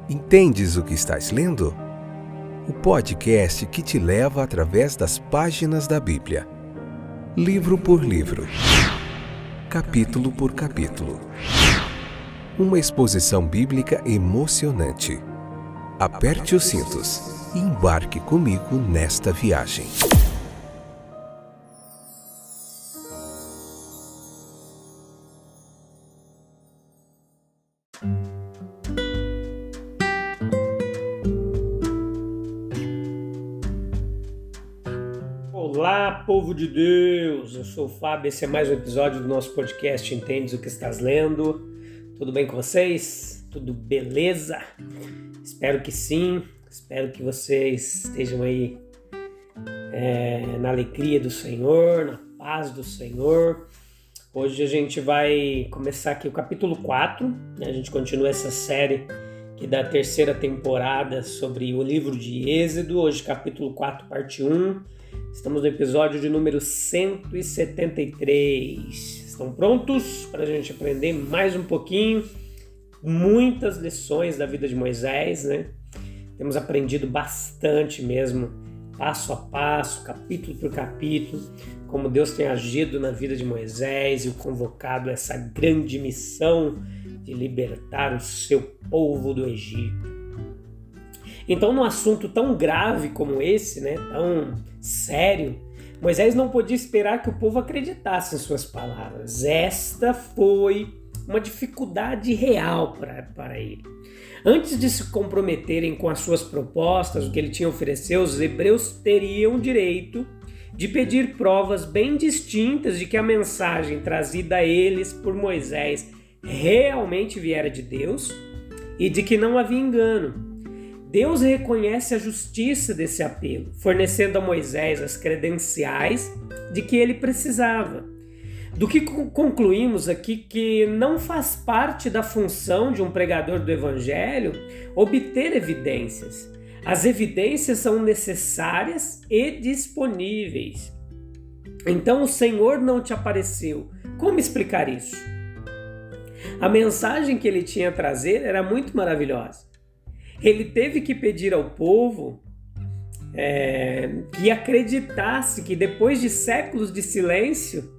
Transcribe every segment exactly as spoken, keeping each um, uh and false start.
Entendes o que estás lendo? O podcast que te leva através das páginas da Bíblia, livro por livro, capítulo por capítulo. Uma exposição bíblica emocionante. Aperte os cintos e embarque comigo nesta viagem. Olá, povo de Deus! Eu sou o Fábio, esse é mais um episódio do nosso podcast Entendes o que estás lendo? Tudo bem com vocês? Tudo beleza? Espero que sim, espero que vocês estejam aí é, na alegria do Senhor, na paz do Senhor. Hoje a gente vai começar aqui o capítulo quatro, né? A gente continua essa série que da terceira temporada sobre o livro de Êxodo, hoje capítulo quatro, parte um. Estamos no episódio de número cento e setenta e três. Estão prontos para a gente aprender mais um pouquinho? Muitas lições da vida de Moisés, né? Temos aprendido bastante mesmo, passo a passo, capítulo por capítulo, como Deus tem agido na vida de Moisés e o convocado a essa grande missão de libertar o seu povo do Egito. Então, num assunto tão grave como esse, né, tão sério, Moisés não podia esperar que o povo acreditasse em suas palavras. Esta foi uma dificuldade real para, para ele. Antes de se comprometerem com as suas propostas, o que ele tinha a oferecer, os hebreus teriam direito de pedir provas bem distintas de que a mensagem trazida a eles por Moisés realmente viera de Deus e de que não havia engano. Deus reconhece a justiça desse apelo, fornecendo a Moisés as credenciais de que ele precisava. Do que concluímos aqui que não faz parte da função de um pregador do Evangelho obter evidências. As evidências são necessárias e disponíveis. Então o Senhor não te apareceu. Como explicar isso? A mensagem que ele tinha a trazer era muito maravilhosa. Ele teve que pedir ao povo é, que acreditasse que depois de séculos de silêncio,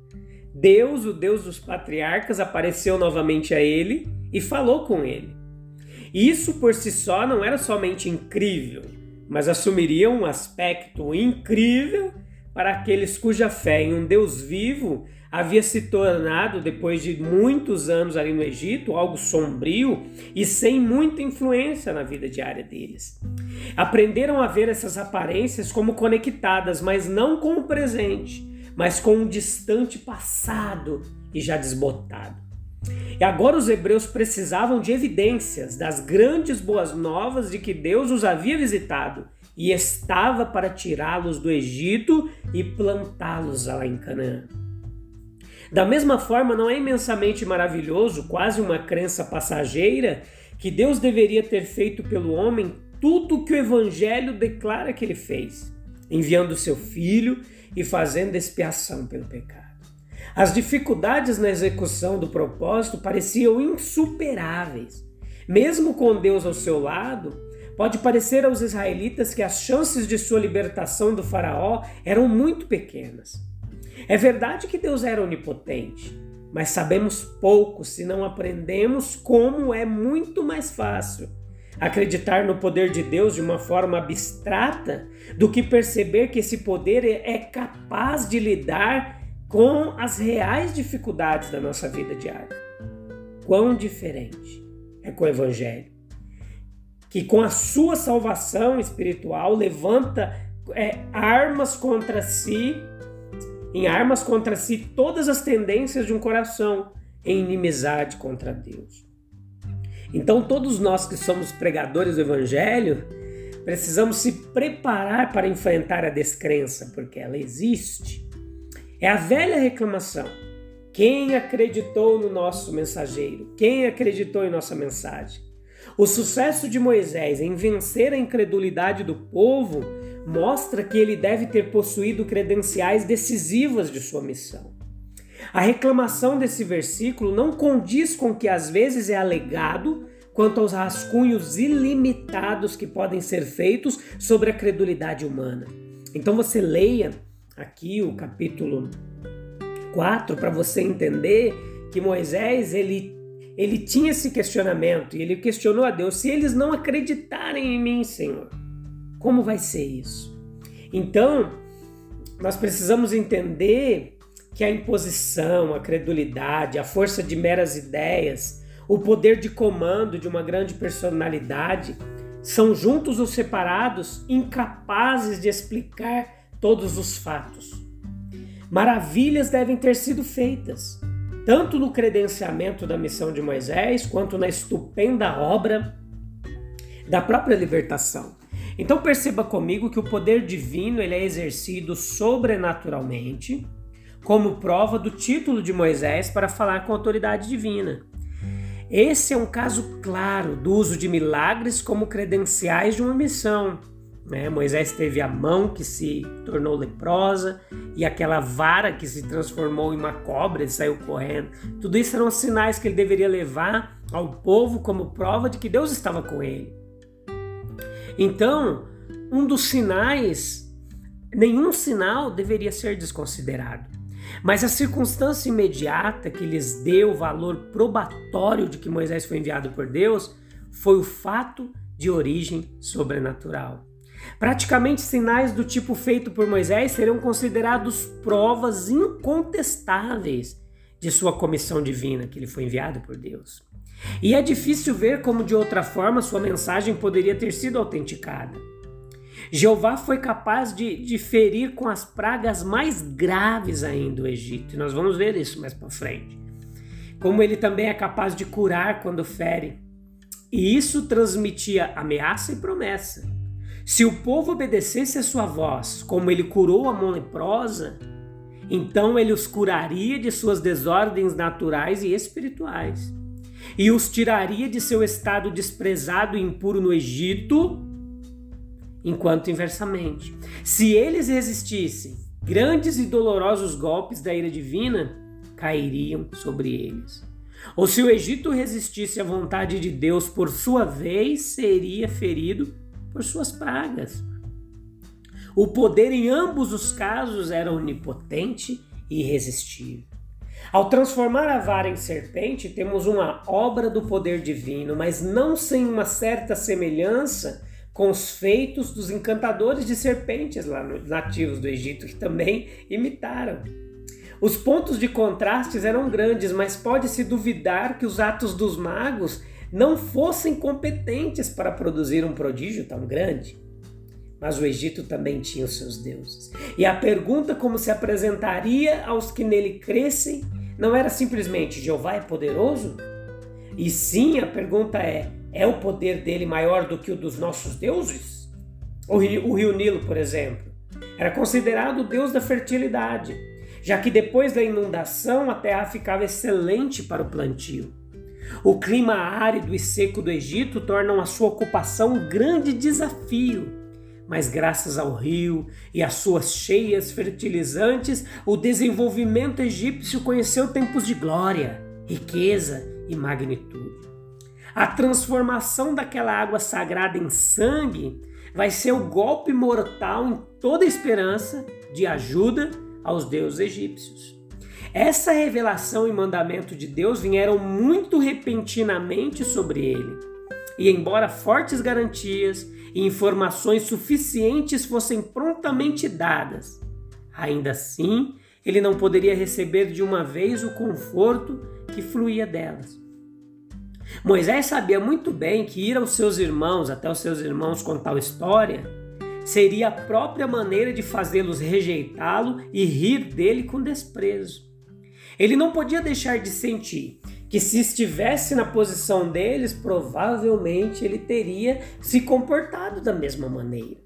Deus, o Deus dos patriarcas, apareceu novamente a ele e falou com ele. Isso por si só não era somente incrível, mas assumiria um aspecto incrível para aqueles cuja fé em um Deus vivo havia se tornado, depois de muitos anos ali no Egito, algo sombrio e sem muita influência na vida diária deles. Aprenderam a ver essas aparências como conectadas, mas não com o presente, mas com um distante passado e já desbotado. E agora os hebreus precisavam de evidências das grandes boas novas de que Deus os havia visitado e estava para tirá-los do Egito e plantá-los lá em Canaã. Da mesma forma, não é imensamente maravilhoso, quase uma crença passageira, que Deus deveria ter feito pelo homem tudo o que o Evangelho declara que ele fez, enviando seu Filho e fazendo expiação pelo pecado. As dificuldades na execução do propósito pareciam insuperáveis. Mesmo com Deus ao seu lado, pode parecer aos israelitas que as chances de sua libertação do faraó eram muito pequenas. É verdade que Deus era onipotente, mas sabemos pouco se não aprendemos como é muito mais fácil acreditar no poder de Deus de uma forma abstrata do que perceber que esse poder é capaz de lidar com as reais dificuldades da nossa vida diária. Quão diferente é com o Evangelho, que com a sua salvação espiritual levanta é, armas contra si, em armas contra si todas as tendências de um coração em inimizade contra Deus. Então todos nós que somos pregadores do Evangelho precisamos se preparar para enfrentar a descrença, porque ela existe. É a velha reclamação. Quem acreditou no nosso mensageiro? Quem acreditou em nossa mensagem? O sucesso de Moisés em vencer a incredulidade do povo mostra que ele deve ter possuído credenciais decisivas de sua missão. A reclamação desse versículo não condiz com o que às vezes é alegado quanto aos rascunhos ilimitados que podem ser feitos sobre a credulidade humana. Então você leia aqui o capítulo quatro para você entender que Moisés ele, ele tinha esse questionamento e ele questionou a Deus: se eles não acreditarem em mim, Senhor, como vai ser isso? Então, nós precisamos entender que a imposição, a credulidade, a força de meras ideias, o poder de comando de uma grande personalidade são, juntos ou separados, incapazes de explicar todos os fatos. Maravilhas devem ter sido feitas, tanto no credenciamento da missão de Moisés, quanto na estupenda obra da própria libertação. Então perceba comigo que o poder divino ele é exercido sobrenaturalmente, como prova do título de Moisés para falar com autoridade divina. Esse é um caso claro do uso de milagres como credenciais de uma missão. Né? Moisés teve a mão que se tornou leprosa e aquela vara que se transformou em uma cobra e saiu correndo. Tudo isso eram sinais que ele deveria levar ao povo como prova de que Deus estava com ele. Então, um dos sinais, nenhum sinal deveria ser desconsiderado. Mas a circunstância imediata que lhes deu o valor probatório de que Moisés foi enviado por Deus foi o fato de origem sobrenatural. Praticamente sinais do tipo feito por Moisés seriam considerados provas incontestáveis de sua comissão divina, que ele foi enviado por Deus. E é difícil ver como de outra forma sua mensagem poderia ter sido autenticada. Jeová foi capaz de, de ferir com as pragas mais graves ainda o Egito, e nós vamos ver isso mais para frente. Como ele também é capaz de curar quando fere. E isso transmitia ameaça e promessa. Se o povo obedecesse a sua voz, como ele curou a mão leprosa, então ele os curaria de suas desordens naturais e espirituais. E os tiraria de seu estado desprezado e impuro no Egito, enquanto inversamente, se eles resistissem, grandes e dolorosos golpes da ira divina cairiam sobre eles. Ou se o Egito resistisse à vontade de Deus, por sua vez, seria ferido por suas pragas. O poder em ambos os casos era onipotente e irresistível. Ao transformar a vara em serpente, temos uma obra do poder divino, mas não sem uma certa semelhança com os feitos dos encantadores de serpentes lá no, nativos do Egito, que também imitaram. Os pontos de contrastes eram grandes, mas pode-se duvidar que os atos dos magos não fossem competentes para produzir um prodígio tão grande. Mas o Egito também tinha os seus deuses. E a pergunta como se apresentaria aos que nele crescem não era simplesmente: Jeová é poderoso? E sim, a pergunta é: é o poder dele maior do que o dos nossos deuses? O rio, o rio Nilo, por exemplo, era considerado o deus da fertilidade, já que depois da inundação a terra ficava excelente para o plantio. O clima árido e seco do Egito tornam a sua ocupação um grande desafio, mas graças ao rio e às suas cheias fertilizantes, o desenvolvimento egípcio conheceu tempos de glória, riqueza e magnitude. A transformação daquela água sagrada em sangue vai ser o golpe mortal em toda a esperança de ajuda aos deuses egípcios. Essa revelação e mandamento de Deus vieram muito repentinamente sobre ele. E embora fortes garantias e informações suficientes fossem prontamente dadas, ainda assim ele não poderia receber de uma vez o conforto que fluía delas. Moisés sabia muito bem que ir aos seus irmãos, até os seus irmãos com tal história, seria a própria maneira de fazê-los rejeitá-lo e rir dele com desprezo. Ele não podia deixar de sentir que, se estivesse na posição deles, provavelmente ele teria se comportado da mesma maneira.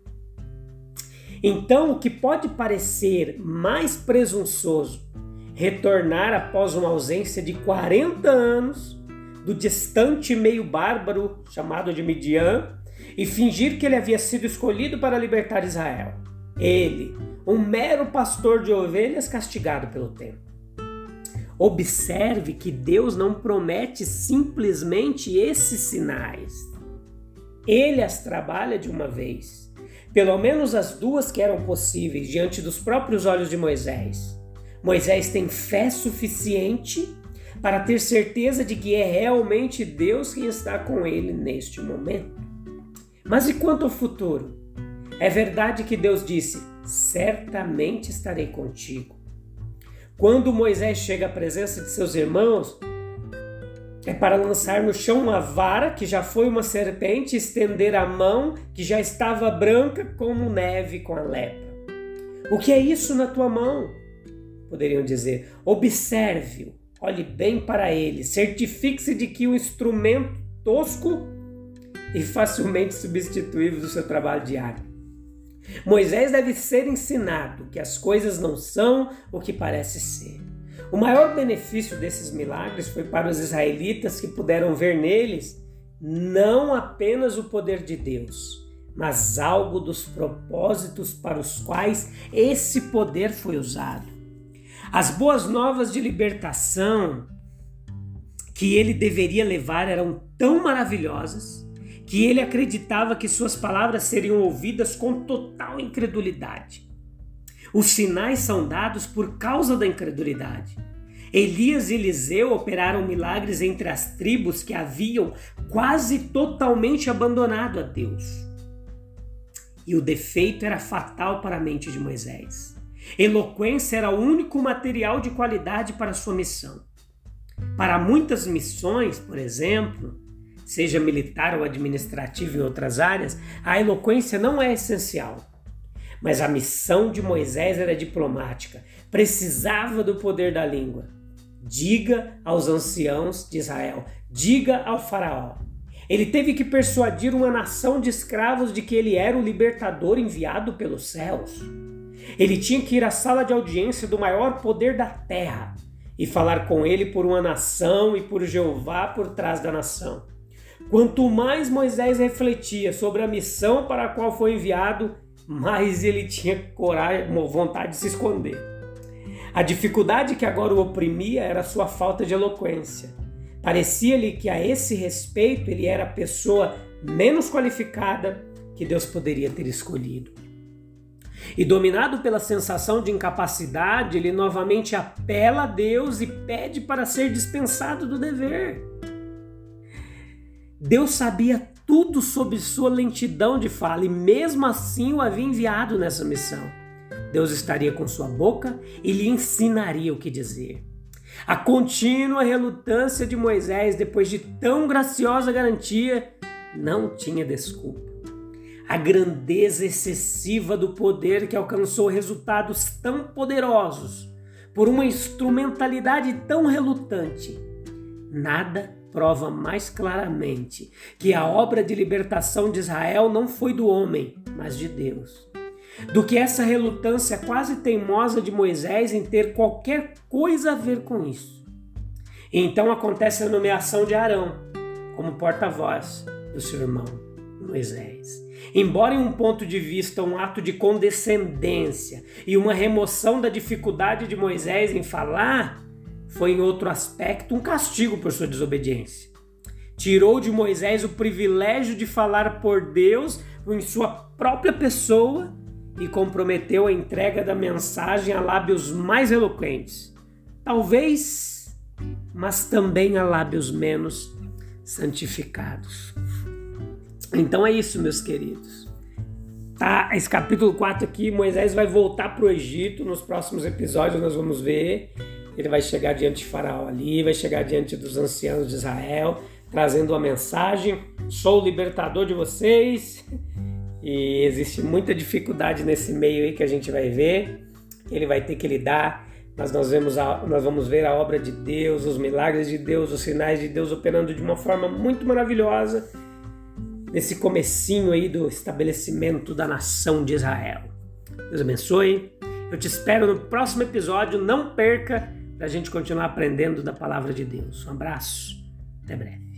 Então, o que pode parecer mais presunçoso retornar após uma ausência de quarenta anos do distante meio bárbaro chamado de Midian e fingir que ele havia sido escolhido para libertar Israel. Ele, um mero pastor de ovelhas castigado pelo tempo. Observe que Deus não promete simplesmente esses sinais. Ele as trabalha de uma vez. Pelo menos as duas que eram possíveis diante dos próprios olhos de Moisés. Moisés tem fé suficiente para ter certeza de que é realmente Deus quem está com ele neste momento. Mas e quanto ao futuro? É verdade que Deus disse: certamente estarei contigo. Quando Moisés chega à presença de seus irmãos, é para lançar no chão uma vara que já foi uma serpente, estender a mão que já estava branca como neve com a lepra. O que é isso na tua mão? Poderiam dizer. Observe-o, olhe bem para ele, certifique-se de que o instrumento tosco e facilmente substituível do seu trabalho diário. Moisés deve ser ensinado que as coisas não são o que parece ser. O maior benefício desses milagres foi para os israelitas que puderam ver neles não apenas o poder de Deus, mas algo dos propósitos para os quais esse poder foi usado. As boas novas de libertação que ele deveria levar eram tão maravilhosas que ele acreditava que suas palavras seriam ouvidas com total incredulidade. Os sinais são dados por causa da incredulidade. Elias e Eliseu operaram milagres entre as tribos que haviam quase totalmente abandonado a Deus. E o defeito era fatal para a mente de Moisés. Eloquência era o único material de qualidade para sua missão. Para muitas missões, por exemplo, seja militar ou administrativa em outras áreas, a eloquência não é essencial. Mas a missão de Moisés era diplomática, precisava do poder da língua. Diga aos anciãos de Israel, diga ao faraó. Ele teve que persuadir uma nação de escravos de que ele era o libertador enviado pelos céus. Ele tinha que ir à sala de audiência do maior poder da terra e falar com ele por uma nação e por Jeová por trás da nação. Quanto mais Moisés refletia sobre a missão para a qual foi enviado, mais ele tinha coragem, vontade de se esconder. A dificuldade que agora o oprimia era a sua falta de eloquência. Parecia-lhe que a esse respeito ele era a pessoa menos qualificada que Deus poderia ter escolhido. E dominado pela sensação de incapacidade, ele novamente apela a Deus e pede para ser dispensado do dever. Deus sabia tudo sobre sua lentidão de fala e mesmo assim o havia enviado nessa missão. Deus estaria com sua boca e lhe ensinaria o que dizer. A contínua relutância de Moisés, depois de tão graciosa garantia, não tinha desculpa. A grandeza excessiva do poder que alcançou resultados tão poderosos por uma instrumentalidade tão relutante, nada prova mais claramente que a obra de libertação de Israel não foi do homem, mas de Deus, do que essa relutância quase teimosa de Moisés em ter qualquer coisa a ver com isso. E então acontece a nomeação de Arão como porta-voz do seu irmão Moisés. Embora em um ponto de vista um ato de condescendência e uma remoção da dificuldade de Moisés em falar, foi em outro aspecto um castigo por sua desobediência. Tirou de Moisés o privilégio de falar por Deus em sua própria pessoa e comprometeu a entrega da mensagem a lábios mais eloquentes. Talvez, mas também a lábios menos santificados. Então é isso, meus queridos. Tá, esse capítulo quatro aqui, Moisés vai voltar para o Egito. Nos próximos episódios nós vamos ver. Ele vai chegar diante de Faraó ali, vai chegar diante dos anciãos de Israel, trazendo uma mensagem: sou o libertador de vocês. E existe muita dificuldade nesse meio aí que a gente vai ver. Ele vai ter que lidar, mas nós, vemos a, nós vamos ver a obra de Deus, os milagres de Deus, os sinais de Deus operando de uma forma muito maravilhosa nesse comecinho aí do estabelecimento da nação de Israel. Deus abençoe. Eu te espero no próximo episódio. Não perca, para a gente continuar aprendendo da palavra de Deus. Um abraço. Até breve.